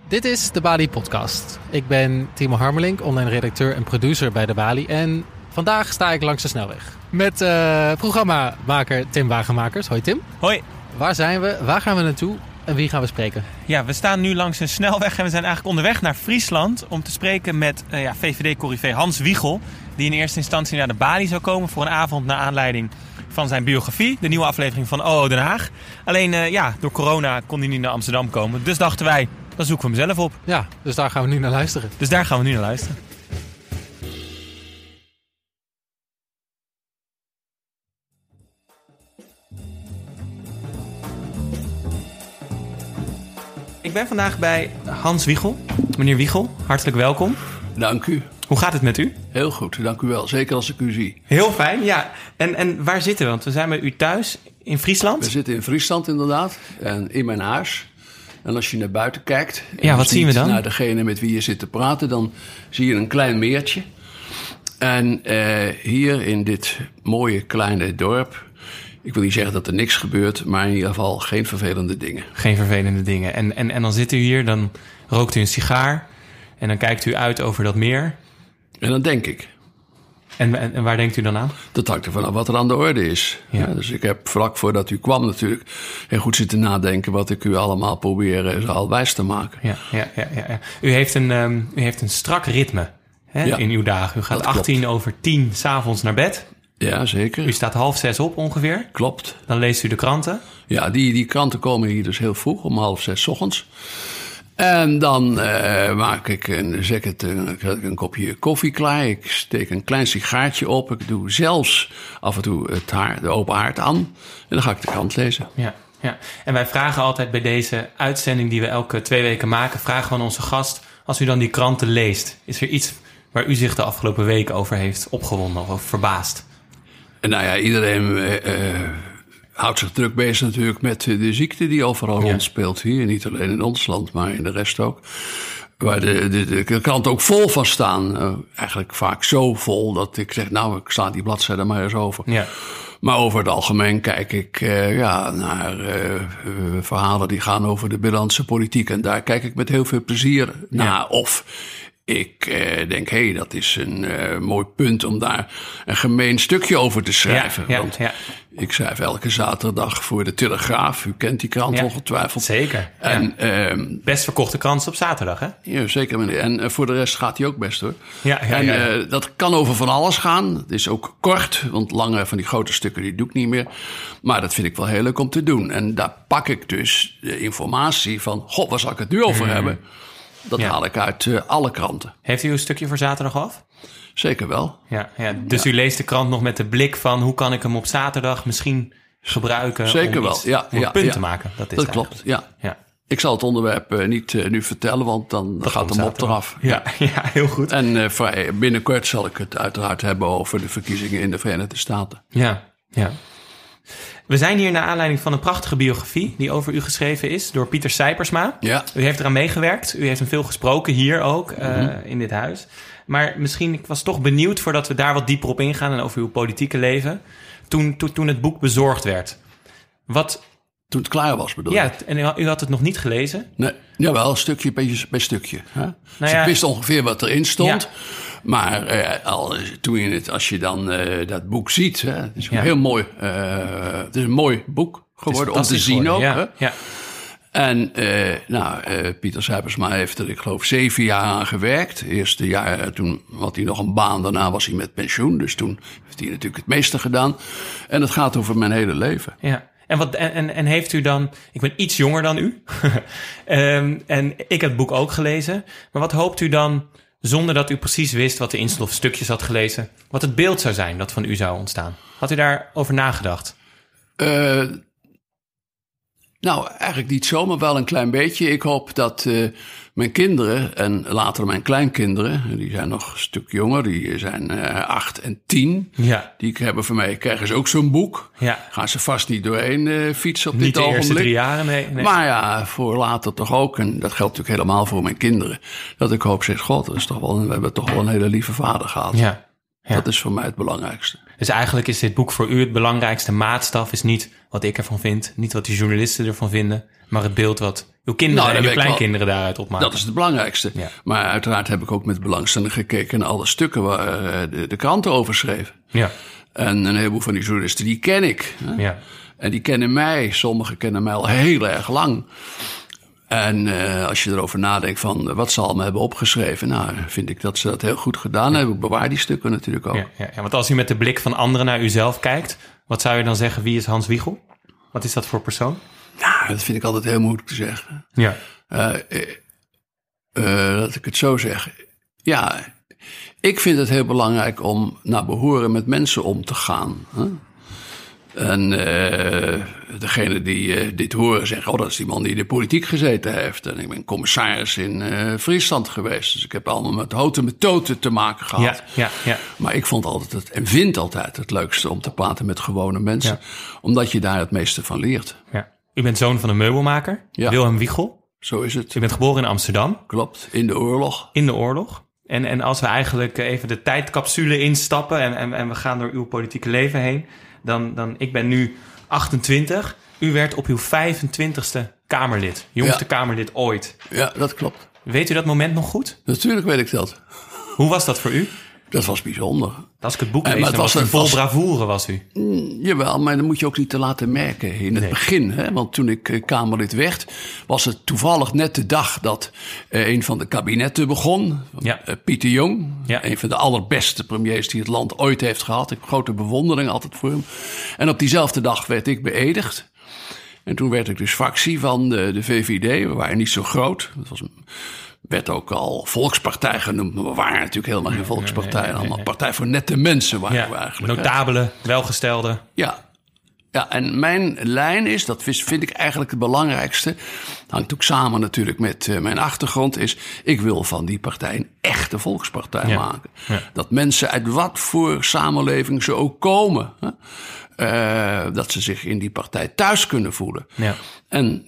Dit is de Bali Podcast. Ik ben Timo Harmelink, online redacteur en producer bij de Bali. En vandaag sta ik langs de snelweg met programmamaker Tim Wagenmakers. Hoi Tim. Hoi. Waar zijn we? Waar gaan we naartoe? En wie gaan we spreken? Ja, we staan nu langs een snelweg en we zijn eigenlijk onderweg naar Friesland om te spreken met VVD-corrivé Hans Wiegel, die in eerste instantie naar de Bali zou komen voor een avond naar aanleiding van zijn biografie, de nieuwe aflevering van OO Den Haag. Alleen door corona kon hij niet naar Amsterdam komen, dus dachten wij, dan zoeken we hem zelf op. Ja, dus daar gaan we nu naar luisteren. Ik ben vandaag bij Hans Wiegel. Meneer Wiegel, hartelijk welkom. Dank u. Hoe gaat het met u? Heel goed, dank u wel. Zeker als ik u zie. Heel fijn, ja. En waar zitten we? Want we zijn bij u thuis in Friesland. We zitten in Friesland inderdaad. En in mijn huis. En als je naar buiten kijkt... Ja, wat zien we dan? Naar degene met wie je zit te praten... dan zie je een klein meertje. En hier in dit mooie kleine dorp... Ik wil niet zeggen dat er niks gebeurt... maar in ieder geval geen vervelende dingen. Geen vervelende dingen. En dan zit u hier, dan rookt u een sigaar... en dan kijkt u uit over dat meer... En dan denk ik. En waar denkt u dan aan? Dat hangt er vanaf wat er aan de orde is. Ja. Ja, dus ik heb vlak voordat u kwam natuurlijk... heel goed zitten nadenken wat ik u allemaal probeer zal wijs te maken. Ja. U heeft een strak ritme in uw dagen. U gaat 8:50 s'avonds naar bed. Ja, zeker. U staat 5:30 op ongeveer. Klopt. Dan leest u de kranten. Ja, die kranten komen hier dus heel vroeg, om 5:30 ochtends. En dan maak ik een kopje koffie klaar. Ik steek een klein sigaartje op. Ik doe zelfs af en toe de open haard aan. En dan ga ik de krant lezen. Ja. En wij vragen altijd bij deze uitzending die we elke 2 weken maken... vragen we aan onze gast, als u dan die kranten leest... is er iets waar u zich de afgelopen weken over heeft opgewonden of over verbaasd? En nou ja, iedereen... houdt zich druk bezig natuurlijk met de ziekte die overal rondspeelt. Hier, niet alleen in ons land, maar in de rest ook. Waar de kranten ook vol van staan. Eigenlijk vaak zo vol dat ik zeg, nou, ik sla die bladzijde maar eens over. Ja. Maar over het algemeen kijk ik naar verhalen die gaan over de binnenlandse politiek. En daar kijk ik met heel veel plezier naar. Of ik denk, dat is een mooi punt om daar een gemeen stukje over te schrijven. Want ik schrijf elke zaterdag voor de Telegraaf. U kent die krant ongetwijfeld. Zeker. En, best verkochte krant op zaterdag, hè? Ja, zeker meneer. En voor de rest gaat hij ook best, hoor. Ja. Dat kan over van alles gaan. Het is ook kort, want lange van die grote stukken die doe ik niet meer. Maar dat vind ik wel heel leuk om te doen. En daar pak ik dus de informatie van... waar zal ik het nu over hebben? Dat haal ik uit alle kranten. Heeft u een stukje voor zaterdag af? Zeker wel. Ja. Dus u leest de krant nog met de blik van... hoe kan ik hem op zaterdag misschien gebruiken... Zeker om een punt te maken. Dat klopt, ja. Ik zal het onderwerp niet nu vertellen, want dan gaat de mop eraf. Ja, heel goed. En binnenkort zal ik het uiteraard hebben... over de verkiezingen in de Verenigde Staten. Ja. We zijn hier naar aanleiding van een prachtige biografie... die over u geschreven is door Pieter Sijpersma. Ja. U heeft eraan meegewerkt. U heeft hem veel gesproken hier ook, in dit huis. Maar misschien, ik was toch benieuwd... voordat we daar wat dieper op ingaan... en over uw politieke leven... toen het boek bezorgd werd. Toen het klaar was, bedoel je? Ja, en u had het nog niet gelezen? Nee, jawel, stukje bij stukje. Hè? Dus ik wist ongeveer wat erin stond... Ja. Maar als je dan dat boek ziet, hè, het is heel mooi. Het is een mooi boek geworden om te zien ook. Ja. En Pieter Sijpersma heeft er, ik geloof, 7 jaar aan gewerkt. Eerste jaar, toen had hij nog een baan, daarna was hij met pensioen. Dus toen heeft hij natuurlijk het meeste gedaan. En het gaat over mijn hele leven. Ja. En heeft u dan... Ik ben iets jonger dan u. En ik heb het boek ook gelezen. Maar wat hoopt u dan... zonder dat u precies wist wat erin stond of stukjes had gelezen... wat het beeld zou zijn dat van u zou ontstaan? Had u daarover nagedacht? Nou, eigenlijk niet zo, maar wel een klein beetje. Ik hoop dat mijn kinderen en later mijn kleinkinderen... die zijn nog een stuk jonger, die zijn 8 en 10... Ja. Die hebben van mij, krijgen ze ook zo'n boek. Ja. Gaan ze vast niet doorheen fietsen op dit ogenblik. Niet de eerste 3 jaren, nee. Maar ja, voor later toch ook, en dat geldt natuurlijk helemaal voor mijn kinderen... dat ik hoop, zeg, God, we hebben toch wel een hele lieve vader gehad. Ja. Ja. Dat is voor mij het belangrijkste. Dus eigenlijk is dit boek voor u het belangrijkste maatstaf. Is niet wat ik ervan vind, niet wat die journalisten ervan vinden, maar het beeld wat uw kinderen en uw kleinkinderen daaruit opmaken. Dat is het belangrijkste. Ja. Maar uiteraard heb ik ook met belangstelling gekeken naar alle stukken waar de kranten over schreven. Ja. En een heleboel van die journalisten, die ken ik. Hè? Ja. En die kennen mij. Sommigen kennen mij al heel erg lang. En als je erover nadenkt van wat ze allemaal hebben opgeschreven, nou, vind ik dat ze dat heel goed gedaan hebben. Ik bewaar die stukken natuurlijk ook. Ja, want als u met de blik van anderen naar uzelf kijkt, wat zou je dan zeggen, wie is Hans Wiegel? Wat is dat voor persoon? Nou, dat vind ik altijd heel moeilijk te zeggen. Ja. Dat ik het zo zeg. Ja, ik vind het heel belangrijk om naar behoren met mensen om te gaan. Hè? En degene die dit horen zeggen, dat is die man die in de politiek gezeten heeft. En ik ben commissaris in Friesland geweest. Dus ik heb allemaal met houten methoden te maken gehad. Ja. Maar ik vond altijd en vind altijd het leukste om te praten met gewone mensen. Ja. Omdat je daar het meeste van leert. Ja. U bent zoon van een meubelmaker, Wilhelm Wiegel. Zo is het. U bent geboren in Amsterdam. Klopt, in de oorlog. In de oorlog. En als we eigenlijk even de tijdcapsule instappen en we gaan door uw politieke leven heen, dan ik ben nu 28. U werd op uw 25ste Kamerlid. Jongste Kamerlid ooit. Ja, dat klopt. Weet u dat moment nog goed? Natuurlijk weet ik dat. Hoe was dat voor u? Dat was bijzonder. Als ik het boek lees, was vol bravoure was u. Jawel, maar dat moet je ook niet te laten merken in het begin. Hè? Want toen ik Kamerlid werd, was het toevallig net de dag dat een van de kabinetten begon. Ja. Pieter Jong, een van de allerbeste premiers die het land ooit heeft gehad. Ik heb grote bewondering altijd voor hem. En op diezelfde dag werd ik beëdigd. En toen werd ik dus fractie van de VVD. We waren niet zo groot. Het was werd ook al volkspartij genoemd. Maar we waren natuurlijk helemaal geen volkspartij. Allemaal partij voor nette mensen waren we eigenlijk. Notabele, welgestelde. Ja, en mijn lijn is, dat vind ik eigenlijk het belangrijkste. Hangt ook samen natuurlijk met mijn achtergrond. Is, ik wil van die partij een echte volkspartij maken. Ja. Dat mensen uit wat voor samenleving ze ook komen, dat ze zich in die partij thuis kunnen voelen. Ja. En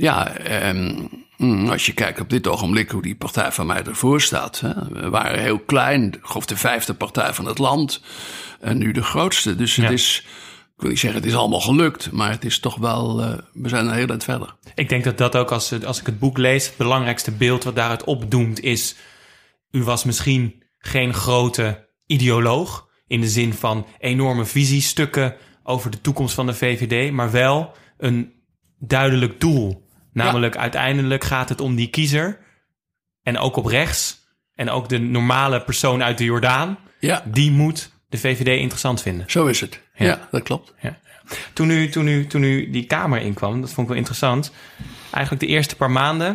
als je kijkt op dit ogenblik hoe die partij van mij ervoor staat. Hè, we waren heel klein, ik geloof de 5e partij van het land. En nu de grootste. Dus het is, ik wil niet zeggen het is allemaal gelukt. Maar het is toch wel, we zijn een heel eind verder. Ik denk dat ook als ik het boek lees, het belangrijkste beeld wat daaruit opdoemt is, u was misschien geen grote ideoloog. In de zin van enorme visiestukken over de toekomst van de VVD. Maar wel een duidelijk doel. Namelijk uiteindelijk gaat het om die kiezer. En ook op rechts. En ook de normale persoon uit de Jordaan. Ja. Die moet de VVD interessant vinden. Zo is het. Ja, dat klopt. Ja. Toen u die Kamer inkwam, dat vond ik wel interessant. Eigenlijk de eerste paar maanden.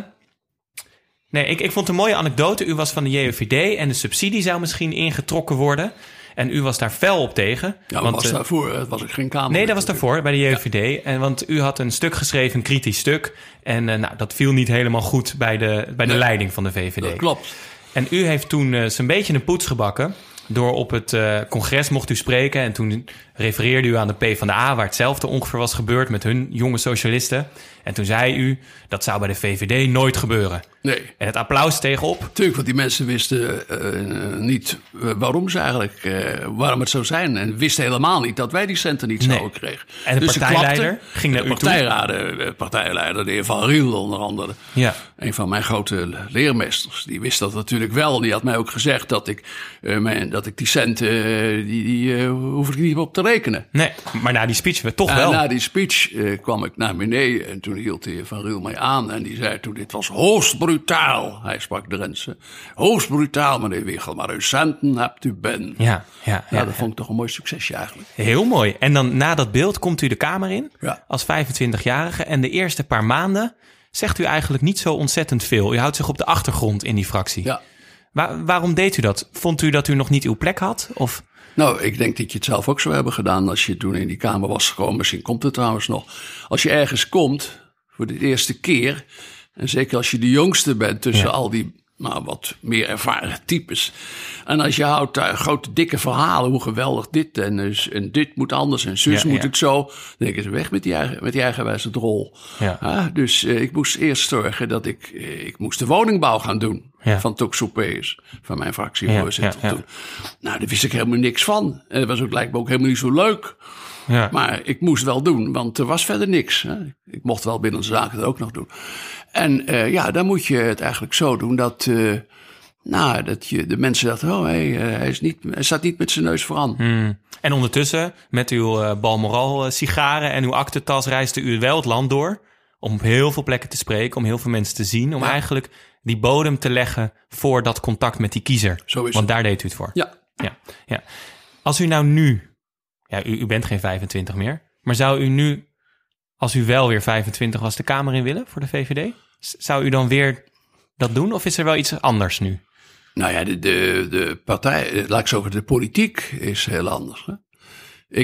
Nee, ik vond het een mooie anekdote. U was van de JOVD en de subsidie zou misschien ingetrokken worden. En u was daar fel op tegen. Ja, want was daarvoor. Het was ook geen Kamer. Nee, dat was daarvoor bij de JOVD. Ja. En want u had een stuk geschreven, een kritisch stuk. En dat viel niet helemaal goed bij de leiding van de VVD. Dat klopt. En u heeft toen zo'n beetje een poets gebakken. Door op het congres mocht u spreken. En toen refereerde u aan de PvdA, waar hetzelfde ongeveer was gebeurd met hun jonge socialisten. En toen zei u, dat zou bij de VVD nooit gebeuren. Nee. En het applaus tegenop. Tuurlijk, want die mensen wisten niet waarom ze eigenlijk, waarom het zou zijn. En wisten helemaal niet dat wij die centen niet zouden krijgen. En de partijleider ging naar u toe? De partijleider, de heer Van Riel onder andere. Ja. Een van mijn grote leermeesters. Die wist dat natuurlijk wel. Die had mij ook gezegd dat ik die centen, die hoef ik niet op te rekenen. Nee, maar na die speech toch wel. Na die speech kwam ik naar beneden en toen hield de heer Van Riel mij aan. En die zei toen, dit was hoogst brutaal. Hij sprak Drentse. Hoogst brutaal, meneer Wiegel, maar uw centen hebt u ben. Ja, dat vond ik toch een mooi succesje eigenlijk. Heel mooi. En dan na dat beeld komt u de Kamer in als 25-jarige. En de eerste paar maanden zegt u eigenlijk niet zo ontzettend veel. U houdt zich op de achtergrond in die fractie. Ja. Waarom deed u dat? Vond u dat u nog niet uw plek had? Of? Nou, ik denk dat je het zelf ook zou hebben gedaan als je toen in die Kamer was gekomen. Misschien komt het trouwens nog. Als je ergens komt voor de eerste keer, en zeker als je de jongste bent tussen al die wat meer ervaren types. En als je houdt daar grote dikke verhalen, hoe geweldig dit en dit moet anders en zus moet het zo. Dan denk ik, weg met die eigenwijze drol. Ja. Dus ik moest eerst zorgen dat ik moest de woningbouw gaan doen. van Toxopeus, van mijn fractievoorzitter toen. Nou, daar wist ik helemaal niks van. En dat was ook, lijkt me ook helemaal niet zo leuk. Ja. Maar ik moest wel doen, want er was verder niks. Hè. Ik mocht wel binnenlandse zaken dat ook nog doen. En dan moet je het eigenlijk zo doen dat je de mensen dachten, hij staat niet met zijn neus vooraan. En ondertussen, met uw Balmoral sigaren en uw aktentas, reisde u wel het land door om op heel veel plekken te spreken, om heel veel mensen te zien, om eigenlijk die bodem te leggen voor dat contact met die kiezer. Zo is Want daar deed u het voor. Ja. Als u nou nu, u bent geen 25 meer, maar zou u nu, als u wel weer 25 was, de Kamer in willen voor de VVD? Zou u dan weer dat doen of is er wel iets anders nu? Nou ja, de partij, laat ik zeggen, de politiek is heel anders. Hè? Ik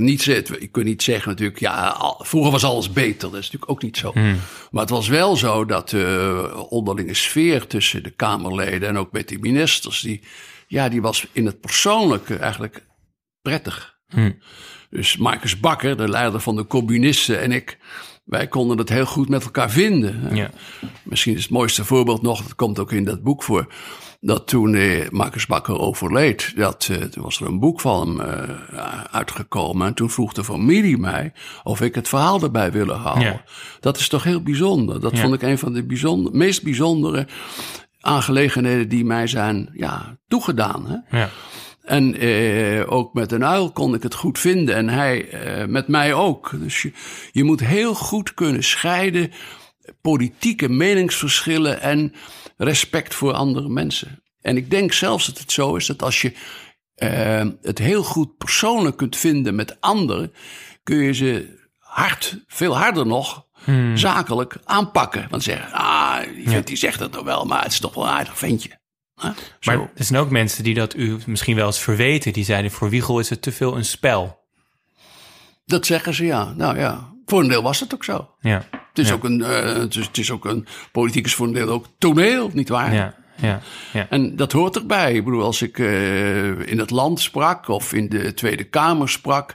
kan niet zeggen natuurlijk, vroeger was alles beter. Dat is natuurlijk ook niet zo. Maar het was wel zo dat de onderlinge sfeer tussen de Kamerleden en ook met die ministers, die was in het persoonlijke eigenlijk prettig. Dus Marcus Bakker, de leider van de communisten en wij konden het heel goed met elkaar vinden. Ja. Misschien is het mooiste voorbeeld nog, dat komt ook in dat boek voor, dat toen Marcus Bakker overleed, toen was er een boek van hem uitgekomen. En toen vroeg de familie mij of ik het verhaal erbij wilde houden. Ja. Dat is toch heel bijzonder. Dat vond ik een van de meest bijzondere aangelegenheden die mij zijn toegedaan. Hè? Ja. En ook met een uil kon ik het goed vinden. En hij met mij ook. Dus je moet heel goed kunnen scheiden politieke meningsverschillen en respect voor andere mensen. En ik denk zelfs dat het zo is dat als je het heel goed persoonlijk kunt vinden met anderen, kun je ze veel harder nog, zakelijk aanpakken. Want zeggen, die zegt dat nog wel, maar het is toch wel een aardig ventje. Maar er zijn ook mensen die dat u misschien wel eens verweten. Die zeiden, voor Wiegel is het te veel een spel. Dat zeggen ze, ja. Nou ja, voor een deel was het ook zo. Ja. Het is ook een politiek is voor een deel ook toneel, nietwaar? Ja. En dat hoort erbij. Ik bedoel, als ik in het land sprak of in de Tweede Kamer sprak,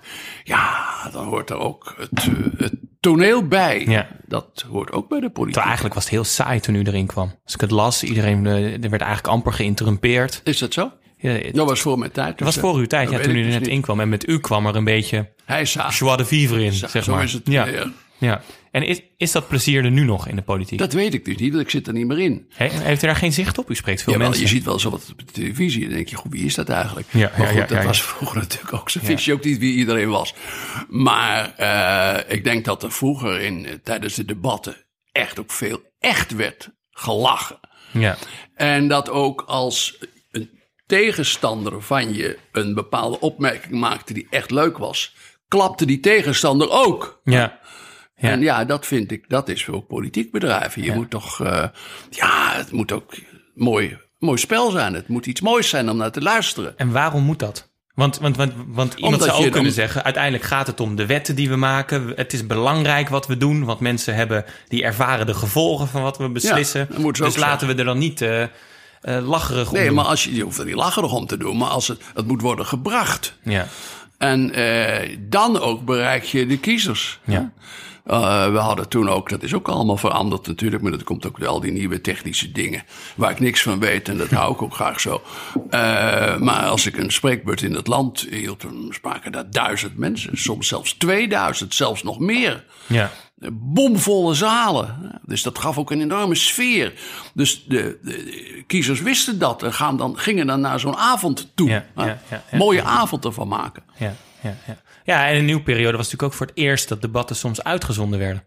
dan hoort er ook het toneel bij. Ja. Dat hoort ook bij de politiek. Terwijl eigenlijk was het heel saai toen u erin kwam. Als ik het las, er werd eigenlijk amper geïnterrumpeerd. Is dat zo? Dat was voor mijn tijd. Dat was voor uw tijd, toen u er net in kwam. En met u kwam er een beetje joie de vivre in, zeg maar. Zo is het. Ja. En is dat plezier er nu nog in de politiek? Dat weet ik dus niet, want ik zit er niet meer in. Heeft u daar geen zicht op? U spreekt veel mensen. Je ziet wel zo wat op de televisie. Dan denk je, wie is dat eigenlijk? Maar goed, dat was vroeger natuurlijk ook. Ze wist je ook niet wie iedereen was. Maar ik denk dat er vroeger tijdens de debatten echt ook veel werd gelachen. Ja. En dat ook als een tegenstander van je een bepaalde opmerking maakte die echt leuk was, klapte die tegenstander ook. Ja. En dat vind ik, dat is ook politiek bedrijven. Je moet toch, het moet ook mooi spel zijn. Het moet iets moois zijn om naar te luisteren. En waarom moet dat? Want iemand zou ook kunnen zeggen, uiteindelijk gaat het om de wetten die we maken. Het is belangrijk wat we doen, want mensen die ervaren de gevolgen van wat we beslissen. Ja, dus laten we er dan niet lacherig om doen. Nee, maar je hoeft er niet lacherig om te doen, maar als het moet worden gebracht. Ja. En dan ook bereik je de kiezers. Ja. We hadden toen ook, dat is ook allemaal veranderd natuurlijk, maar dat komt ook door al die nieuwe technische dingen waar ik niks van weet en dat hou ik ook graag zo. Maar als ik een spreekbeurt in het land hield, dan spraken daar 1000 mensen, soms zelfs 2000, zelfs nog meer. Ja. Bomvolle zalen. Dus dat gaf ook een enorme sfeer. Dus de kiezers wisten dat en gingen dan naar zo'n avond toe. Mooie avond ervan maken. Ja, en in een nieuwe periode was het natuurlijk ook voor het eerst dat debatten soms uitgezonden werden.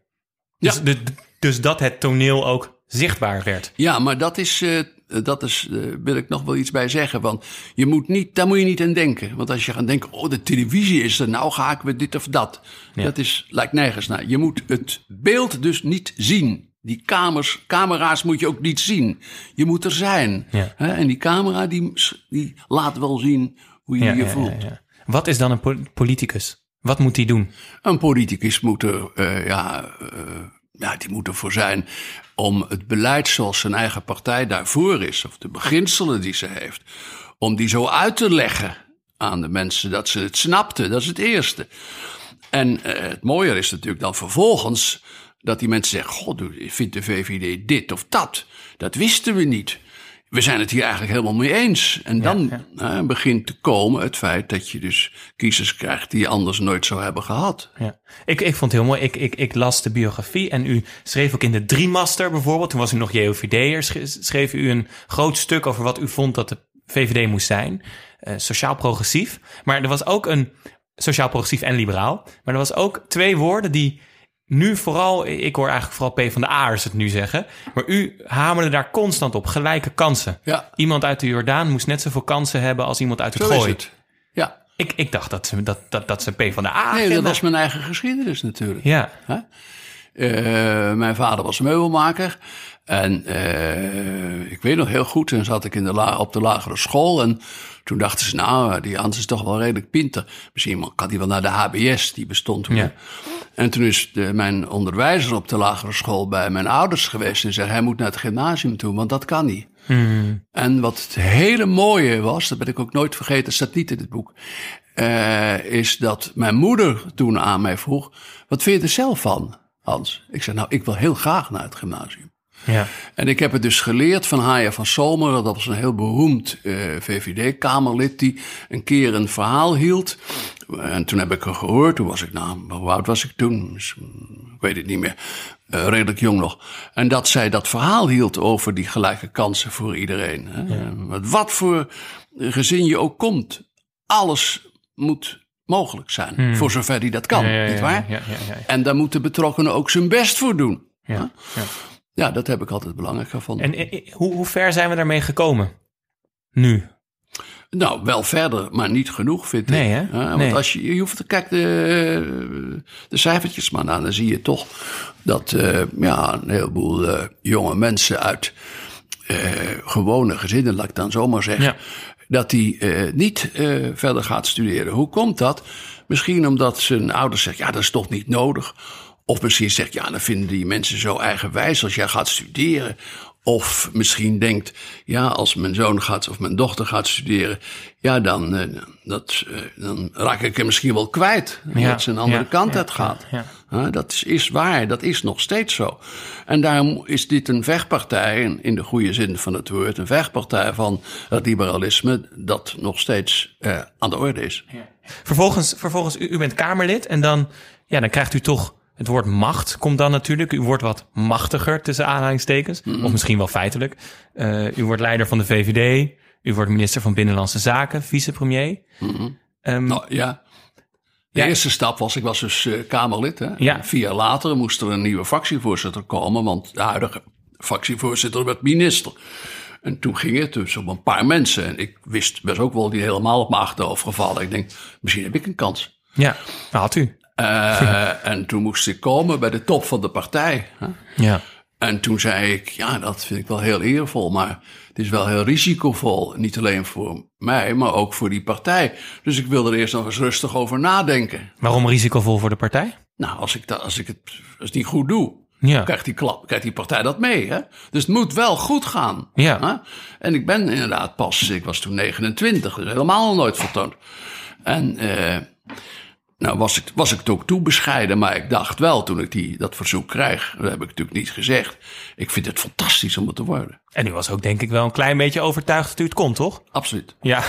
Dus dat het toneel ook zichtbaar werd. Ja, maar dat is wil ik nog wel iets bij zeggen. Want daar moet je niet aan denken. Want als je gaat denken, de televisie is er, nou ga ik weer dit of dat. Ja. Dat lijkt nergens naar. Je moet het beeld dus niet zien. Die camera's moet je ook niet zien. Je moet er zijn. Ja. En die camera die laat wel zien hoe je je voelt. Ja. Wat is dan een politicus? Wat moet hij doen? Een politicus moet die moet ervoor zijn om het beleid zoals zijn eigen partij daarvoor is, of de beginselen die ze heeft, om die zo uit te leggen aan de mensen dat ze het snapten. Dat is het eerste. En het mooier is natuurlijk dan vervolgens dat die mensen zeggen, god, vindt de VVD dit of dat? Dat wisten we niet. we zijn het hier eigenlijk helemaal mee eens. En dan begint te komen het feit dat je dus kiezers krijgt die je anders nooit zou hebben gehad. Ja. Ik vond het heel mooi. Ik las de biografie en u schreef ook in de Driemaster bijvoorbeeld. Toen was u nog JOVD'er. Schreef u een groot stuk over wat u vond dat de VVD moest zijn. Sociaal-progressief. Maar er was ook een sociaal-progressief en liberaal. Maar er was ook 2 woorden die nu vooral, ik hoor eigenlijk vooral PvdA'ers het nu zeggen, maar u hamerde daar constant op, gelijke kansen. Ja. Iemand uit de Jordaan moest net zoveel kansen hebben als iemand uit het Gooi. Ja. Ik dacht dat ze PvdA... Nee, dat was mijn eigen geschiedenis natuurlijk. Ja. Mijn vader was meubelmaker. En ik weet nog heel goed, toen zat ik op de lagere school. En toen dachten ze, nou, die Hans is toch wel redelijk pinter. Misschien kan hij wel naar de HBS, die bestond toen. Ja. En toen is mijn onderwijzer op de lagere school bij mijn ouders geweest. En zei, hij moet naar het gymnasium toe, want dat kan niet. En wat het hele mooie was, dat ben ik ook nooit vergeten, staat niet in het boek, is dat mijn moeder toen aan mij vroeg, wat vind je er zelf van, Hans? Ik zei, nou, ik wil heel graag naar het gymnasium. Ja. En ik heb het dus geleerd van Haya van Zomer. Dat was een heel beroemd VVD-kamerlid die een keer een verhaal hield. En toen heb ik er gehoord. Toen was ik, hoe oud was ik toen? Ik weet het niet meer. Redelijk jong nog. En dat zij dat verhaal hield over die gelijke kansen voor iedereen. Hè? Ja. Wat voor gezin je ook komt. Alles moet mogelijk zijn. Voor zover die dat kan, nietwaar? Ja. En daar moet de betrokkenen ook zijn best voor doen. Ja. Ja, dat heb ik altijd belangrijk gevonden. En hoe ver zijn we daarmee gekomen? Nu? Nou, wel verder, maar niet genoeg, vind ik. Nee, hè? Want als je hoeft te kijken de cijfertjes maar naar, dan zie je toch dat een heleboel jonge mensen uit gewone gezinnen, laat ik dan zomaar zeggen, dat die niet verder gaat studeren. Hoe komt dat? Misschien omdat zijn ouders zeggen, ja, dat is toch niet nodig. Of misschien zegt, ja, dan vinden die mensen zo eigenwijs als jij gaat studeren. Of misschien denkt, ja, als mijn zoon gaat of mijn dochter gaat studeren, ja, dan raak ik hem misschien wel kwijt. Dat ze een andere kant uit gaat. Ja. Dat is waar, dat is nog steeds zo. En daarom is dit een vechtpartij, in de goede zin van het woord, een vechtpartij van het liberalisme dat nog steeds aan de orde is. Ja. Vervolgens u bent Kamerlid en dan krijgt u toch... Het woord macht komt dan natuurlijk. U wordt wat machtiger tussen aanhalingstekens. Mm-hmm. Of misschien wel feitelijk. U wordt leider van de VVD. U wordt minister van Binnenlandse Zaken, vicepremier. Mm-hmm. De eerste stap was, ik was dus Kamerlid. Hè? Ja. 4 jaar later moest er een nieuwe fractievoorzitter komen. Want de huidige fractievoorzitter werd minister. En toen ging het dus om een paar mensen. En ik best ook wel die helemaal op mijn achterhoofd gevallen. Ik denk, misschien heb ik een kans. Ja, dat had u. En toen moest ik komen bij de top van de partij. Hè? Ja. En toen zei ik, ja, dat vind ik wel heel eervol, maar het is wel heel risicovol. Niet alleen voor mij, maar ook voor die partij. Dus ik wilde er eerst nog eens rustig over nadenken. Waarom risicovol voor de partij? Nou, als ik het niet goed doe, krijgt die partij dat mee. Hè? Dus het moet wel goed gaan. Ja. Hè? En ik ben inderdaad ik was toen 29, dus helemaal nog nooit vertoond. En nou was ik het ook toe bescheiden, maar ik dacht wel toen ik dat verzoek krijg, dat heb ik natuurlijk niet gezegd, ik vind het fantastisch om het te worden. En u was ook denk ik wel een klein beetje overtuigd dat u het kon, toch? Absoluut. Ja.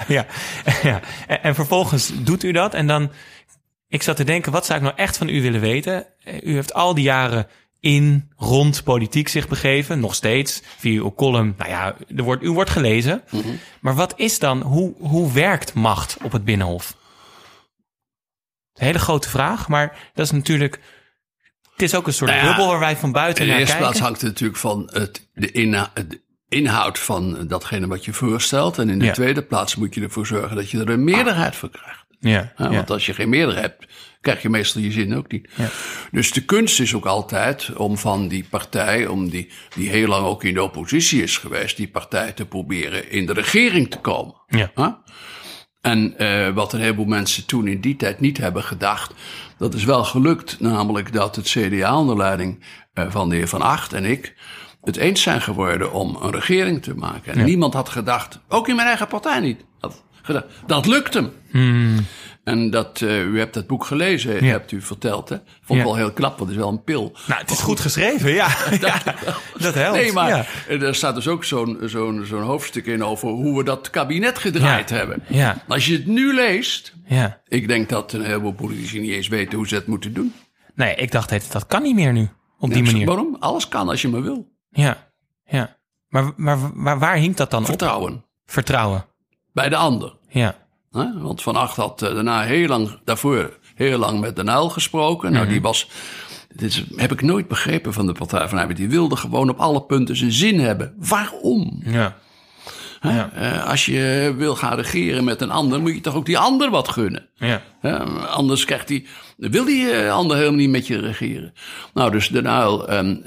En vervolgens doet u dat en dan, ik zat te denken, wat zou ik nou echt van u willen weten? U heeft al die jaren rond politiek zich begeven, nog steeds, via uw column, u wordt gelezen. Mm-hmm. Maar wat is dan, hoe werkt macht op het Binnenhof? Een hele grote vraag, maar dat is natuurlijk... Het is ook een soort bubbel waar wij van buiten naar kijken. In de eerste plaats hangt het natuurlijk van de inhoud van datgene wat je voorstelt. En in de tweede plaats moet je ervoor zorgen dat je er een meerderheid voor krijgt. Want als je geen meerderheid hebt, krijg je meestal je zin ook niet. Ja. Dus de kunst is ook altijd om van die partij, die heel lang ook in de oppositie is geweest, die partij te proberen in de regering te komen. Ja. En wat een heleboel mensen toen in die tijd niet hebben gedacht, dat is wel gelukt. Namelijk dat het CDA onder leiding van de heer Van Agt en ik het eens zijn geworden om een regering te maken. En niemand had gedacht, ook in mijn eigen partij niet, dat lukt hem. En dat, u hebt dat boek gelezen, hebt u verteld, hè? Vond ik wel heel knap, want het is wel een pil. Nou, het is goed geschreven, dat helpt. Nee, maar er staat dus ook zo'n hoofdstuk in over hoe we dat kabinet gedraaid hebben. Ja. Als je het nu leest, ik denk dat een heleboel politici niet eens weten hoe ze het moeten doen. Nee, ik dacht, dat kan niet meer nu, op die manier. Waarom? Alles kan als je maar wil. Ja. Maar waar hinkt dat dan op? Vertrouwen. Bij de ander. Ja. Want Van Agt had daarvoor heel lang met Den Uyl gesproken. Nou, die was, heb ik nooit begrepen van de Partij van de Arbeid. Die wilde gewoon op alle punten zijn zin hebben. Waarom? Ja. Als je wil gaan regeren met een ander, moet je toch ook die ander wat gunnen. Ja. Anders wil die ander helemaal niet met je regeren. Nou, dus Den Uyl en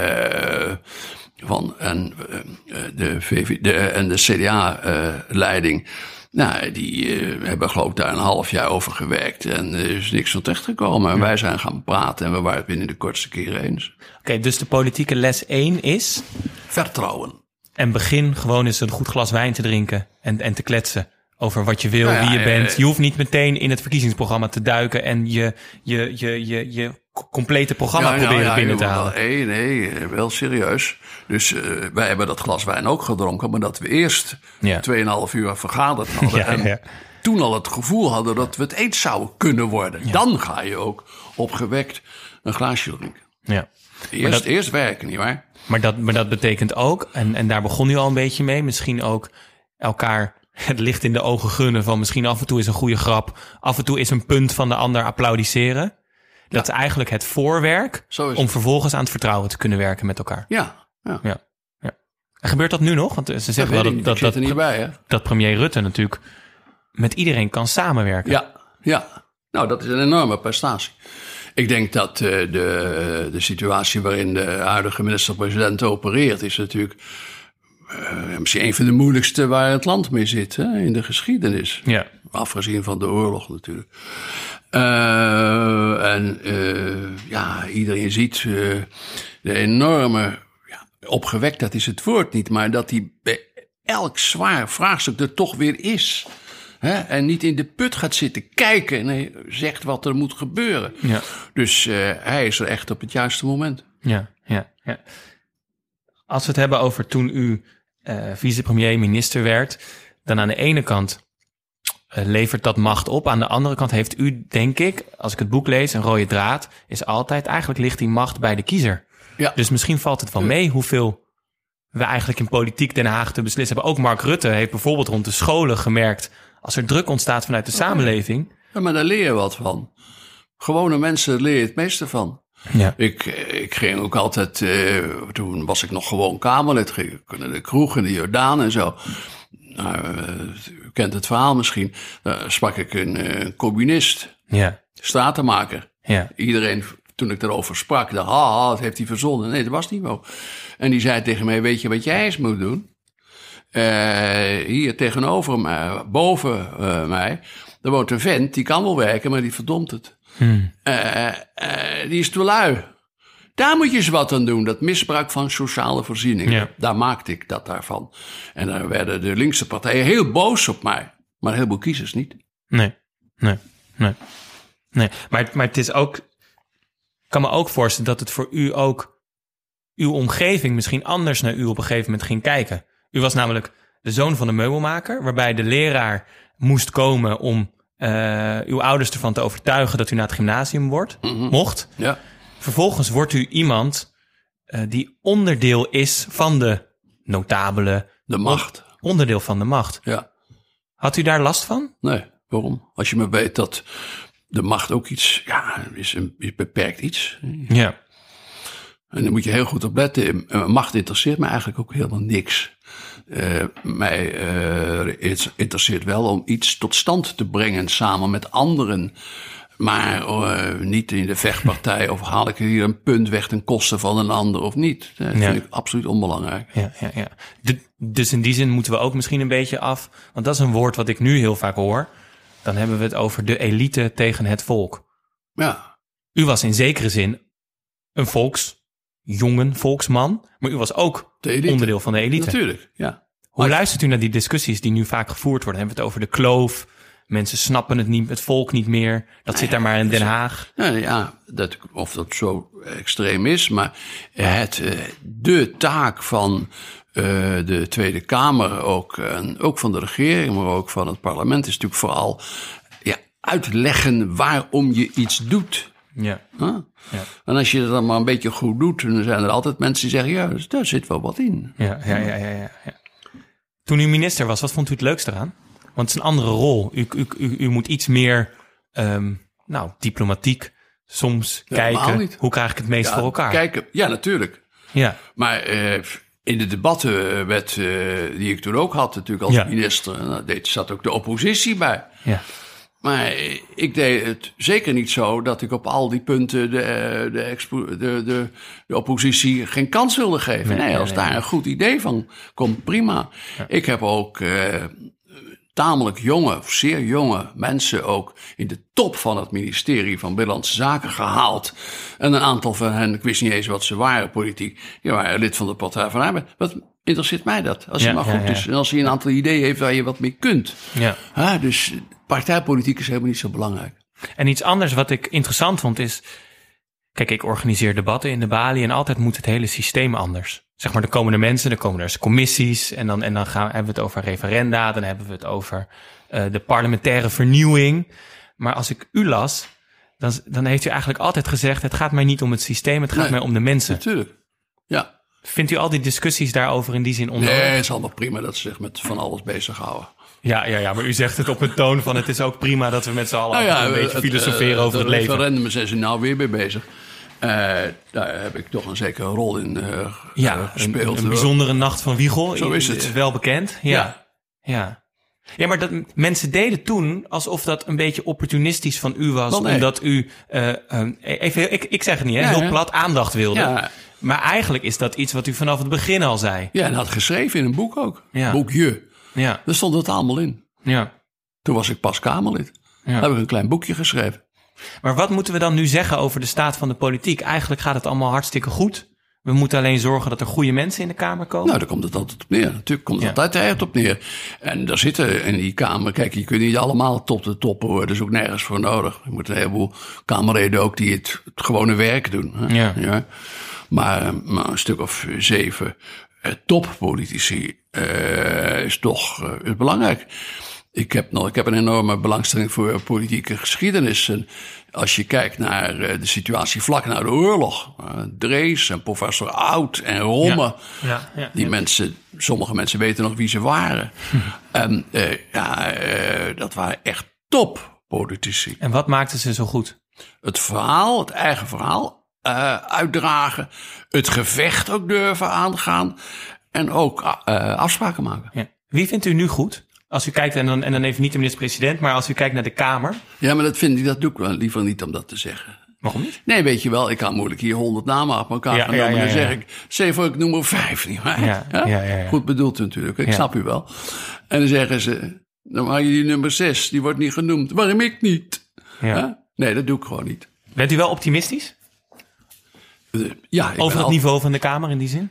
de CDA-leiding... Nou, die hebben geloof ik daar een half jaar over gewerkt. En er is niks van terechtgekomen. En wij zijn gaan praten en we waren het binnen de kortste keren eens. Oké, dus de politieke les 1 is? Vertrouwen. En begin gewoon eens een goed glas wijn te drinken en te kletsen over wat je wil, wie je bent. Je hoeft niet meteen in het verkiezingsprogramma te duiken en je complete programma proberen binnen te halen. Nee, wel serieus. Dus wij hebben dat glas wijn ook gedronken, maar dat we eerst 2,5 uur vergaderd hadden. Toen al het gevoel hadden dat we het eens zouden kunnen worden. Ja. Dan ga je ook opgewekt een glaasje drinken. Ja. Eerst werken, nietwaar? Maar dat betekent ook, en daar begon u al een beetje mee, misschien ook elkaar het licht in de ogen gunnen van misschien af en toe is een goede grap, af en toe is een punt van de ander applaudisseren. Dat is eigenlijk het voorwerk om vervolgens aan het vertrouwen te kunnen werken met elkaar. Ja. En gebeurt dat nu nog? Want ze zeggen wel dat premier Rutte natuurlijk met iedereen kan samenwerken. Ja. Nou, dat is een enorme prestatie. Ik denk dat de situatie waarin de huidige minister-president opereert is natuurlijk misschien een van de moeilijkste waar het land mee zit in de geschiedenis. Ja. Afgezien van de oorlog natuurlijk. Iedereen ziet de enorme opgewektheid is het woord niet, maar dat hij bij elk zwaar vraagstuk er toch weer is. En niet in de put gaat zitten kijken en hij zegt wat er moet gebeuren. Ja. Dus hij is er echt op het juiste moment. Ja. Als we het hebben over toen u vicepremier, minister werd, dan aan de ene kant levert dat macht op. Aan de andere kant heeft u, denk ik, als ik het boek lees, een rode draad, is altijd, eigenlijk ligt die macht bij de kiezer. Ja. Dus misschien valt het wel mee hoeveel we eigenlijk in politiek Den Haag te beslissen hebben. Ook Mark Rutte heeft bijvoorbeeld rond de scholen gemerkt, als er druk ontstaat vanuit de samenleving. Ja, maar daar leer je wat van. Gewone mensen leer je het meeste van. Ja. Ik ging ook altijd, toen was ik nog gewoon Kamerlid, ging ik naar de kroeg in de Jordaan en zo. U kent het verhaal misschien. Daar sprak ik een communist, stratenmaker. Ja. Iedereen, toen ik daarover sprak, dacht, dat heeft hij verzonnen. Nee, dat was niet zo. En die zei tegen mij, weet je wat jij eens moet doen? Hier tegenover mij, boven mij, er woont een vent, die kan wel werken, maar die verdomt het. Die is te lui. Daar moet je eens wat aan doen. Dat misbruik van sociale voorzieningen. Ja. Daar maakte ik dat daarvan. En daar werden de linkse partijen heel boos op mij. Maar een heleboel kiezers niet. Nee. Maar het is ook... Ik kan me ook voorstellen dat het voor u ook... uw omgeving misschien anders naar u op een gegeven moment ging kijken. U was namelijk de zoon van een meubelmaker, waarbij de leraar moest komen om uw ouders ervan te overtuigen dat u naar het gymnasium mocht. Ja. Vervolgens wordt u iemand die onderdeel is van de notabelen. De macht. Onderdeel van de macht. Ja. Had u daar last van? Nee, waarom? Als je maar weet dat de macht ook iets, is beperkt iets. Ja. En daar moet je heel goed op letten. Macht interesseert me eigenlijk ook helemaal niks. Mij interesseert wel om iets tot stand te brengen samen met anderen. Maar niet in de vechtpartij of haal ik hier een punt weg ten koste van een ander of niet. Dat vind ik absoluut onbelangrijk. Ja. Dus in die zin moeten we ook misschien een beetje af. Want dat is een woord wat ik nu heel vaak hoor. Dan hebben we het over de elite tegen het volk. Ja. U was in zekere zin een volksman. Maar u was ook onderdeel van de elite. Natuurlijk, ja. Hoe luistert u naar die discussies die nu vaak gevoerd worden? Hebben we het over de kloof? mensen snappen het niet, het volk niet meer. Dat zit daar maar in Den Haag. Of dat zo extreem is, maar de taak van de Tweede Kamer, ook van de regering, maar ook van het parlement, is natuurlijk vooral uitleggen waarom je iets doet. Ja. Huh? Ja. En als je dat dan maar een beetje goed doet, dan zijn er altijd mensen die zeggen, ja, daar zit wel wat in. Ja. Toen u minister was, wat vond u het leukst eraan? Want het is een andere rol. U moet iets meer diplomatiek soms kijken. Hoe krijg ik het meest voor elkaar? Kijken, ja, natuurlijk. Ja. Maar in de debatten die ik toen ook had, natuurlijk als minister, zat ook de oppositie bij. Ja. Maar ik deed het zeker niet zo dat ik op al die punten de oppositie geen kans wilde geven. Nee, als daar een goed idee van komt, prima. Ja. Ik heb ook tamelijk jonge, of zeer jonge mensen ook in de top van het ministerie van Binnenlandse Zaken gehaald. En een aantal van hen, ik wist niet eens wat ze waren, politiek, die waren lid van de Partij van de Arbeid. Wat interesseert mij dat? Als hij maar goed is en als hij een aantal ideeën heeft waar je wat mee kunt. Ja. Dus partijpolitiek is helemaal niet zo belangrijk. En iets anders wat ik interessant vond is, kijk, ik organiseer debatten in de Bali en altijd moet het hele systeem anders. Zeg maar, er komen er mensen, er komen er commissies en dan hebben we het over referenda, dan hebben we het over de parlementaire vernieuwing. Maar als ik u las, dan heeft u eigenlijk altijd gezegd, het gaat mij niet om het systeem, het gaat mij om de mensen. Natuurlijk, ja. Vindt u al die discussies daarover in die zin onnodig? Nee, het is allemaal prima dat ze zich met van alles bezighouden. Ja, maar u zegt het op een toon van het is ook prima dat we met z'n allen een beetje filosoferen over het leven. Het referendum zijn ze nou weer mee bezig. Daar heb ik toch een zekere rol in gespeeld. Een bijzondere nacht van Wiegel. Zo is het. Wel bekend. Ja, maar mensen deden toen alsof dat een beetje opportunistisch van u was. Nee. Omdat u, ik zeg het niet, heel plat aandacht wilde. Ja. Maar eigenlijk is dat iets wat u vanaf het begin al zei. Ja, en had geschreven in een boek ook. Ja. Boekje. Ja. Daar stond het allemaal in. Ja. Toen was ik pas Kamerlid. Ja. Heb ik een klein boekje geschreven. Maar wat moeten we dan nu zeggen over de staat van de politiek? Eigenlijk gaat het allemaal hartstikke goed. We moeten alleen zorgen dat er goede mensen in de Kamer komen. Nou, daar komt het altijd op neer. Natuurlijk komt het altijd erg op neer. En daar zitten in die Kamer, kijk, je kunt niet allemaal tot de top horen. Dat is ook nergens voor nodig. Je moet een heleboel Kamerleden ook die het gewone werk doen. Hè? Ja. Maar een stuk of 7 toppolitici is toch belangrijk. Ik heb een enorme belangstelling voor politieke geschiedenis. En als je kijkt naar de situatie vlak na de oorlog. Drees en professor Oud en Romme. Sommige mensen weten nog wie ze waren. En dat waren echt toppolitici. En wat maakte ze zo goed? Het eigen verhaal uitdragen. Het gevecht ook durven aangaan. En ook afspraken maken. Ja. Wie vindt u nu goed? Als u kijkt, en dan even niet de minister-president, maar als u kijkt naar de Kamer. Ja, maar dat doe ik wel liever niet om dat te zeggen. Waarom niet? Nee, weet je wel, ik kan moeilijk hier 100 namen op elkaar gaan noemen. Dan zeg ik, ik noem er 5, nietwaar? Ja. Goed bedoeld natuurlijk, ik snap u wel. En dan zeggen ze, dan mag je die nummer 6, die wordt niet genoemd. Waarom ik niet? Ja. Nee, dat doe ik gewoon niet. Bent u wel optimistisch? Over het niveau van de Kamer in die zin?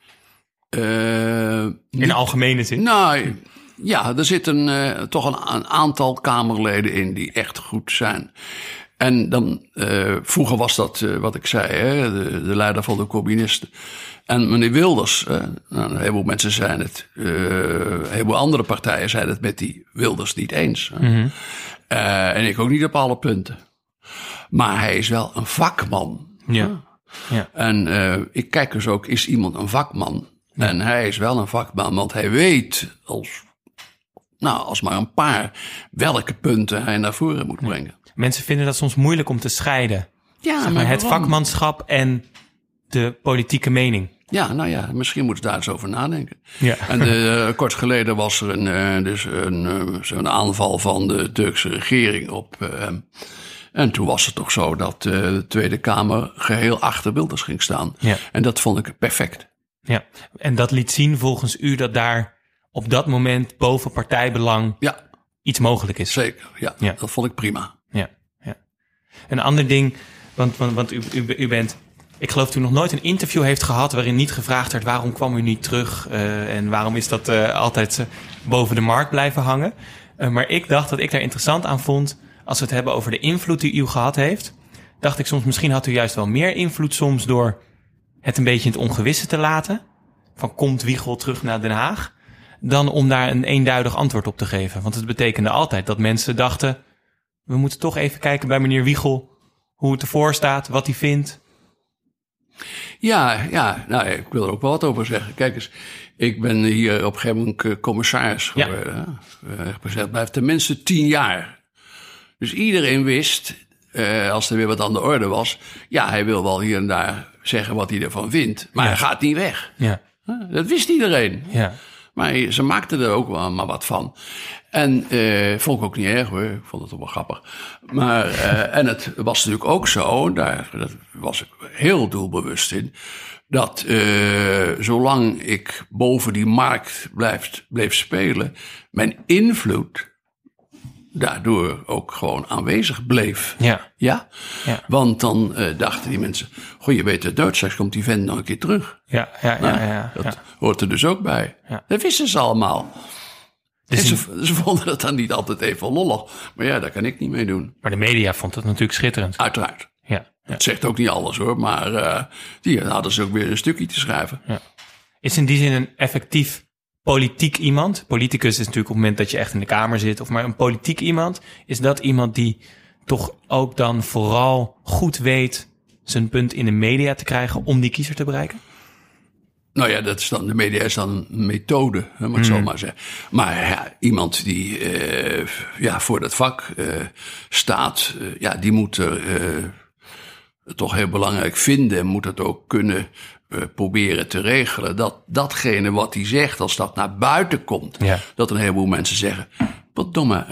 In de algemene zin? Nou, ja, er zitten toch een aantal Kamerleden in die echt goed zijn. En dan, vroeger was dat wat ik zei, hè, de leider van de communisten. En meneer Wilders, een heleboel mensen zijn het, een heleboel andere partijen zijn het met die Wilders niet eens. Mm-hmm. En ik ook niet op alle punten. Maar hij is wel een vakman. Ja. En ik kijk dus ook, is iemand een vakman? Ja. En hij is wel een vakman, want hij weet als maar een paar welke punten hij naar voren moet brengen. Mensen vinden dat soms moeilijk om te scheiden. Ja, maar het vakmanschap en de politieke mening. Ja, misschien moeten we daar eens over nadenken. Ja. En kort geleden was er een aanval van de Turkse regering op hem. En toen was het toch zo dat de Tweede Kamer geheel achter Wilders ging staan. Ja. En dat vond ik perfect. Ja, en dat liet zien volgens u dat daar op dat moment boven partijbelang iets mogelijk is. Zeker, ja. Dat vond ik prima. Ja. Een ander ding, want u bent, ik geloof dat u nog nooit een interview heeft gehad waarin niet gevraagd werd waarom kwam u niet terug en waarom is dat altijd boven de markt blijven hangen. Maar ik dacht dat ik daar interessant aan vond, als we het hebben over de invloed die u gehad heeft, dacht ik soms, misschien had u juist wel meer invloed soms door het een beetje in het ongewisse te laten. Van komt Wiegel terug naar Den Haag? Dan om daar een eenduidig antwoord op te geven. Want het betekende altijd dat mensen dachten, we moeten toch even kijken bij meneer Wiegel hoe het ervoor staat, wat hij vindt. Ja, nou, ik wil er ook wel wat over zeggen. Kijk eens, ik ben hier op een gegeven moment commissaris geworden. Het blijft tenminste 10 jaar. Dus iedereen wist, als er weer wat aan de orde was, ja, hij wil wel hier en daar zeggen wat hij ervan vindt, maar hij gaat niet weg. Ja. Dat wist iedereen. Ja. Maar ze maakten er ook wel maar wat van. En vond ik ook niet erg hoor, ik vond het toch wel grappig. Maar, en het was natuurlijk ook zo, daar was ik heel doelbewust in, dat zolang ik boven die markt bleef spelen, mijn invloed daardoor ook gewoon aanwezig bleef. Ja? Want dan dachten die mensen, goh, je weet het Duits, straks komt die vent nog een keer terug. Dat hoort er dus ook bij. Ja. Dat wisten ze allemaal. Dus en ze vonden het dan niet altijd even lollig. Maar ja, daar kan ik niet mee doen. Maar de media vond het natuurlijk schitterend. Uiteraard. Ja. Het zegt ook niet alles hoor, maar die hadden ze ook weer een stukje te schrijven. Ja. Is in die zin een effectief politiek iemand? Politicus is natuurlijk op het moment dat je echt in de Kamer zit, of maar een politiek iemand. Is dat iemand die toch ook dan vooral goed weet zijn punt in de media te krijgen om die kiezer te bereiken? Nou ja, dat is dan, de media is dan een methode, moet ik zo maar zeggen. Maar ja, iemand die voor dat vak staat, die moet er toch heel belangrijk vinden en moet het ook kunnen proberen te regelen. Dat datgene wat hij zegt, als dat naar buiten komt, dat een heleboel mensen zeggen, wat domme,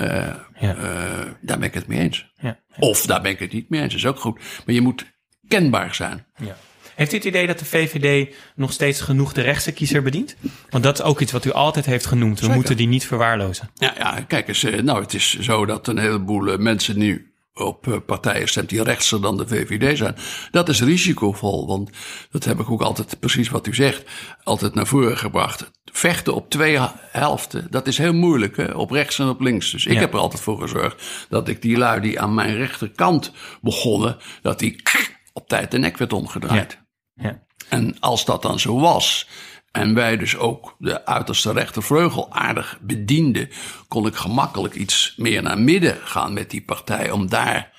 daar ben ik het mee eens. Ja. Of daar ben ik het niet mee eens, dat is ook goed. Maar je moet kenbaar zijn. Ja. Heeft u het idee dat de VVD nog steeds genoeg de rechtse kiezer bedient? Want dat is ook iets wat u altijd heeft genoemd. We moeten die niet verwaarlozen. Ja, kijk eens. Nou, het is zo dat een heleboel mensen nu op partijen stemt die rechtser dan de VVD zijn. Dat is risicovol, want dat heb ik ook altijd, precies wat u zegt, altijd naar voren gebracht. Vechten op 2 helften, dat is heel moeilijk, hè? Op rechts en op links. Dus ik heb er altijd voor gezorgd dat ik die lui die aan mijn rechterkant begonnen, dat die op tijd de nek werd omgedraaid. Ja. En als dat dan zo was, en wij dus ook de uiterste rechtervleugel aardig bedienden, kon ik gemakkelijk iets meer naar midden gaan met die partij om daar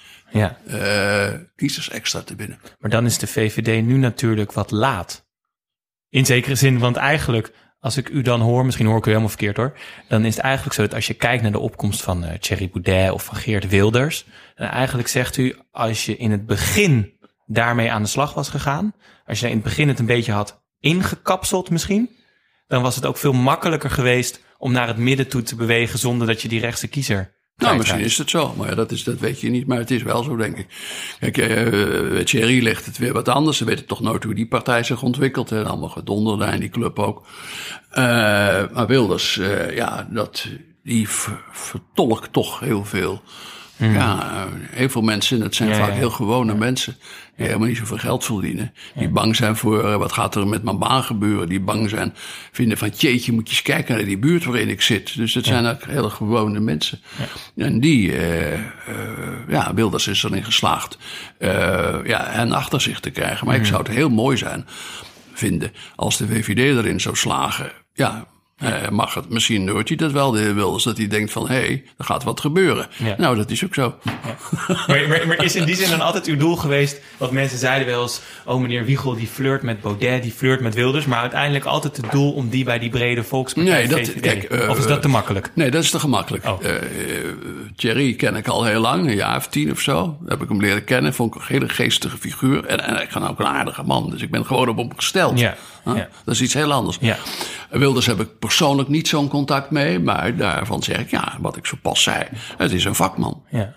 kiezers extra te winnen. Maar dan is de VVD nu natuurlijk wat laat. In zekere zin, want eigenlijk, als ik u dan hoor, misschien hoor ik u helemaal verkeerd hoor, dan is het eigenlijk zo dat als je kijkt naar de opkomst van Thierry Baudet of van Geert Wilders, dan eigenlijk zegt u, als je in het begin daarmee aan de slag was gegaan, als je in het begin het een beetje had ingekapseld misschien, dan was het ook veel makkelijker geweest om naar het midden toe te bewegen zonder dat je die rechtse kiezer. Nou, misschien is het zo, maar dat weet je niet, maar het is wel zo, denk ik. Kijk, Thierry legt het weer wat anders. Ze weten toch nooit hoe die partij zich ontwikkelt. Hè? Allemaal gedonder daar in die club ook. Maar Wilders, die vertolkt toch heel veel. Ja, heel veel mensen, het zijn vaak heel gewone mensen, die helemaal niet zoveel geld verdienen. Die bang zijn voor, wat gaat er met mijn baan gebeuren? Die bang zijn, vinden van, jeetje, moet je eens kijken naar die buurt waarin ik zit. Dus het zijn ook hele gewone mensen. Ja. En die, Wilders is erin geslaagd, hen achter zich te krijgen. Maar ik zou het heel mooi vinden als de VVD erin zou slagen. Ja. Mag het, misschien hoort hij dat wel, de heer Wilders, dat hij denkt van, er gaat wat gebeuren. Ja. Nou, dat is ook zo. Ja. Maar is in die zin dan altijd uw doel geweest, wat mensen zeiden wel eens, meneer Wiegel die flirt met Baudet, die flirt met Wilders, maar uiteindelijk altijd het doel om die bij die brede volkspartij VVD. Of is dat te makkelijk? Nee, dat is te gemakkelijk. Thierry ken ik al heel lang, een jaar of 10 of zo. Heb ik hem leren kennen, vond ik een hele geestige figuur. En ik ga ook een aardige man, dus ik ben gewoon op hem gesteld. Ja. Dat is iets heel anders. Ja. Wilders heb ik persoonlijk niet zo'n contact mee, maar daarvan zeg ik, wat ik zo pas zei, het is een vakman. Ja.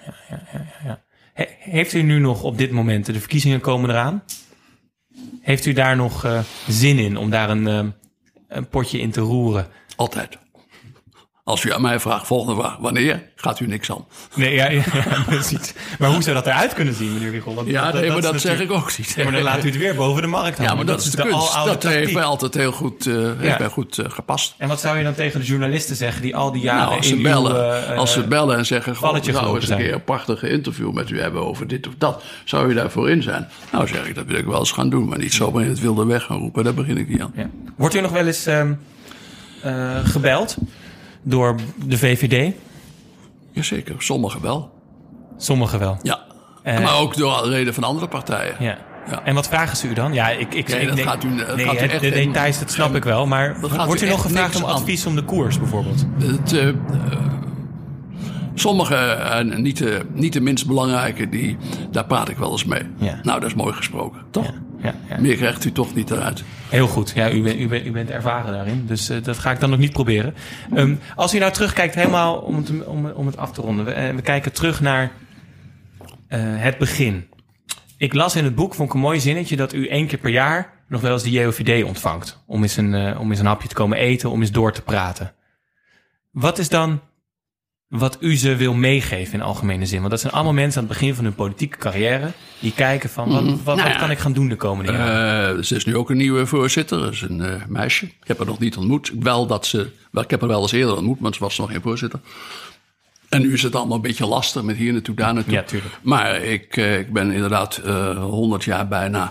Heeft u nu nog op dit moment, de verkiezingen komen eraan, heeft u daar nog zin in om daar een potje in te roeren? Altijd. Als u aan mij vraagt, volgende vraag, wanneer, gaat u niks aan. Nee, ja, precies. Maar hoe zou dat eruit kunnen zien, meneer Wiegel? Maar dat zeg ik ook niet. Ja, maar dan laat u het weer boven de markt hangen. Ja, maar dat is de kunst. Dat heeft mij altijd heel goed, gepast. En wat zou je dan tegen de journalisten zeggen die al die jaren als ze bellen en zeggen, we nou eens een keer een prachtige interview met u hebben over dit of dat, zou u daarvoor in zijn? Nou zeg ik, dat wil ik wel eens gaan doen, maar niet zomaar in het wilde weg gaan roepen, daar begin ik niet aan. Ja. Wordt u nog wel eens gebeld door de VVD? Jazeker, sommigen wel. Sommigen wel? Ja, maar ook door de reden van andere partijen. Ja. En wat vragen ze u dan? Ja, de details, dat snap ik wel. Maar wordt u nog gevraagd om advies om de koers bijvoorbeeld? Sommige, en niet de minst belangrijke, daar praat ik wel eens mee. Ja. Nou, dat is mooi gesproken, toch? Ja. Meer krijgt u toch niet eruit. Heel goed. Ja, u bent ervaren daarin. Dus dat ga ik dan nog niet proberen. Als u nou terugkijkt, helemaal om het af te ronden. We kijken terug naar het begin. Ik las in het boek, vond ik een mooi zinnetje, dat u 1 keer per jaar nog wel eens de JOVD ontvangt. Om eens een hapje te komen eten, om eens door te praten. Wat is dan wat u ze wil meegeven in algemene zin? Want dat zijn allemaal mensen aan het begin van hun politieke carrière die kijken van, wat kan ik gaan doen de komende jaren? Ze is nu ook een nieuwe voorzitter, dat is een meisje. Ik heb haar nog niet ontmoet. Ik heb haar wel eens eerder ontmoet, maar ze was nog geen voorzitter. En nu is het allemaal een beetje lastig met hier naartoe, daar naartoe. Ja, tuurlijk. Maar ik ben inderdaad 100 jaar bijna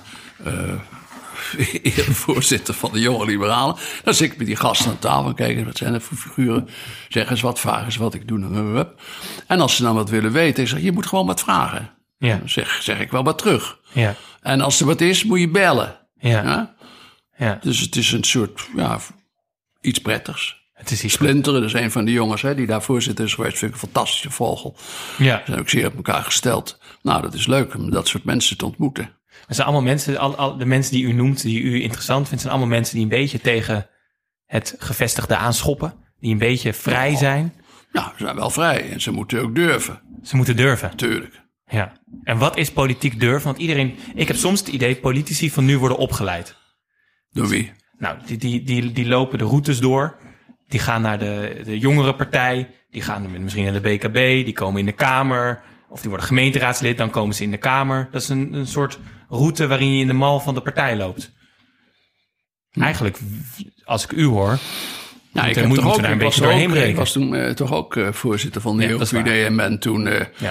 voorzitter van de Jonge Liberalen. Dan zit ik met die gasten aan tafel en kijken, wat zijn er voor figuren? Zeg eens wat, vragen eens wat, ik doe. En als ze dan wat willen weten, ik zeg, je moet gewoon wat vragen. Ja. Dan zeg ik wel wat terug. Ja. En als er wat is, moet je bellen. Ja. Ja. Dus het is een soort, iets prettigs. Het is iets Splinteren, dat is een van die jongens die daar voorzitter is geweest. Vind ik een fantastische vogel. Ja. Ze zijn ook zeer op elkaar gesteld. Nou, dat is leuk om dat soort mensen te ontmoeten. Het zijn allemaal mensen, de mensen die u noemt, die u interessant vindt, zijn allemaal mensen die een beetje tegen het gevestigde aanschoppen. Die een beetje vrij zijn. Ja, ze zijn wel vrij en ze moeten ook durven. Ze moeten durven. Tuurlijk. Ja. En wat is politiek durven? Want ik heb soms het idee, politici van nu worden opgeleid. Door wie? Nou, die lopen de routes door. Die gaan naar de jongerenpartij. Die gaan misschien naar de BKB. Die komen in de Kamer. Of die worden gemeenteraadslid. Dan komen ze in de Kamer. Dat is een soort route waarin je in de mal van de partij loopt. Eigenlijk, als ik u hoor, ik was toen toch ook voorzitter van de JOVD en ben toen...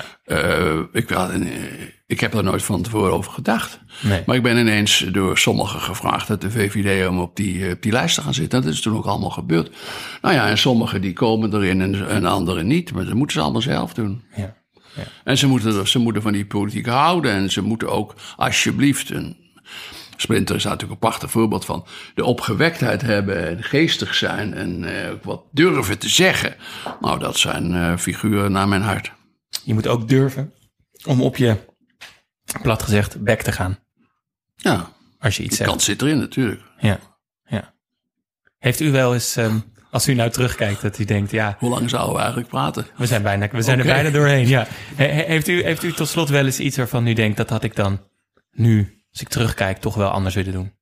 ik heb er nooit van tevoren over gedacht. Nee. Maar ik ben ineens door sommigen gevraagd uit de VVD om op die lijst te gaan zitten. Dat is toen ook allemaal gebeurd. Nou ja, en sommigen die komen erin en anderen niet. Maar dat moeten ze allemaal zelf doen. Ja. Ja. En ze moeten van die politiek houden. En ze moeten ook alsjeblieft... Splinter is daar natuurlijk een prachtig voorbeeld van. De opgewektheid hebben en geestig zijn en wat durven te zeggen. Nou, dat zijn figuren naar mijn hart. Je moet ook durven om op je, plat gezegd, bek te gaan. Ja. Als je iets zegt. De kans zit erin natuurlijk. Ja. Heeft u wel eens, als u nou terugkijkt, dat u denkt, ja... Hoe lang zouden we eigenlijk praten? We zijn er bijna doorheen, ja. Heeft u tot slot wel eens iets waarvan u denkt, dat had ik dan nu... Als ik terugkijk, toch wel anders willen doen.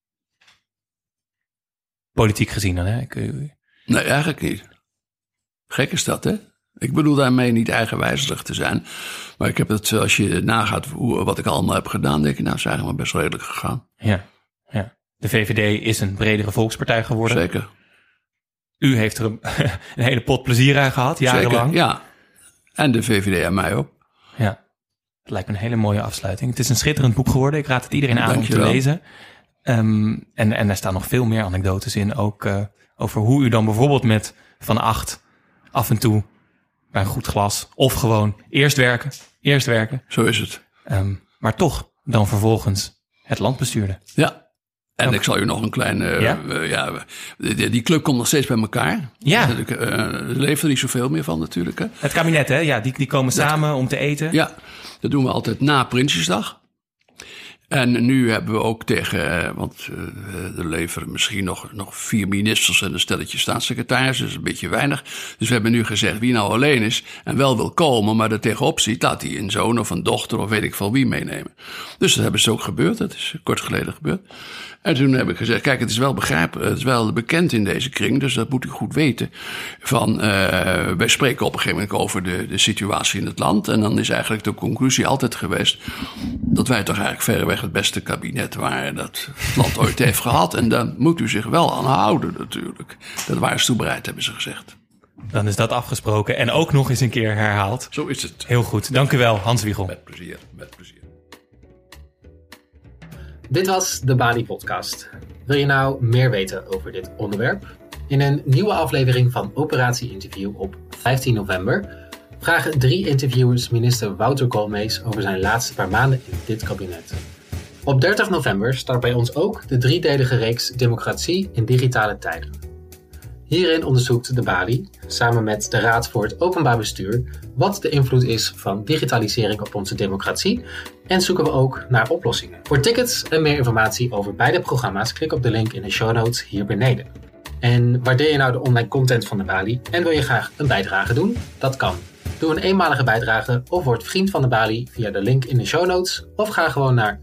Politiek gezien dan, hè? Nee, eigenlijk niet. Gek is dat, hè? Ik bedoel daarmee niet eigenwijzig te zijn. Maar ik heb het, als je nagaat wat ik allemaal heb gedaan, denk je, nou, het is eigenlijk maar best redelijk gegaan. Ja. De VVD is een bredere volkspartij geworden. Zeker. U heeft er een hele pot plezier aan gehad, jarenlang. Zeker, ja. En de VVD aan mij ook. Ja. Het lijkt me een hele mooie afsluiting. Het is een schitterend boek geworden. Ik raad het iedereen aan om te lezen. En er staan nog veel meer anekdotes in. Ook over hoe u dan bijvoorbeeld met Van Agt af en toe bij een goed glas... of gewoon eerst werken. Zo is het. Maar toch dan vervolgens het land bestuurde. Ja. En ik zal u nog een kleine... die club komt nog steeds bij elkaar. Ja. Er leeft er niet zoveel meer van natuurlijk. Hè. Het kabinet, hè? Ja, die komen samen om te eten. Ja, dat doen we altijd na Prinsjesdag. En nu hebben we ook want er leveren misschien nog 4 ministers en een stelletje staatssecretarissen, dus een beetje weinig. Dus we hebben nu gezegd, wie nou alleen is en wel wil komen, maar er tegenop ziet, laat hij een zoon of een dochter of weet ik veel wie meenemen. Dus dat hebben ze ook gebeurd, dat is kort geleden gebeurd. En toen heb ik gezegd, kijk, het is wel begrijpelijk, het is wel bekend in deze kring, dus dat moet u goed weten. Wij spreken op een gegeven moment over de situatie in het land. En dan is eigenlijk de conclusie altijd geweest dat wij toch eigenlijk verreweg het beste kabinet waren dat het land ooit heeft gehad. En daar moet u zich wel aan houden natuurlijk. Dat waren ze toe bereid, hebben ze gezegd. Dan is dat afgesproken en ook nog eens een keer herhaald. Zo is het. Heel goed, dank u wel, Hans Wiegel. Met plezier, met plezier. Dit was de Bali Podcast. Wil je nou meer weten over dit onderwerp? In een nieuwe aflevering van Operatie Interview op 15 november... vragen 3 interviewers minister Wouter Koolmees over zijn laatste paar maanden in dit kabinet. Op 30 november start bij ons ook de 3-delige reeks Democratie in digitale tijden. Hierin onderzoekt de Bali, samen met de Raad voor het Openbaar Bestuur, wat de invloed is van digitalisering op onze democratie en zoeken we ook naar oplossingen. Voor tickets en meer informatie over beide programma's klik op de link in de show notes hier beneden. En waardeer je nou de online content van de Bali en wil je graag een bijdrage doen? Dat kan. Doe een eenmalige bijdrage of word vriend van de Bali via de link in de show notes of ga gewoon naar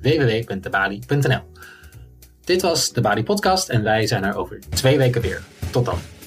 www.debali.nl. Dit was de Bali Podcast en wij zijn er over 2 weken weer. Tot dan.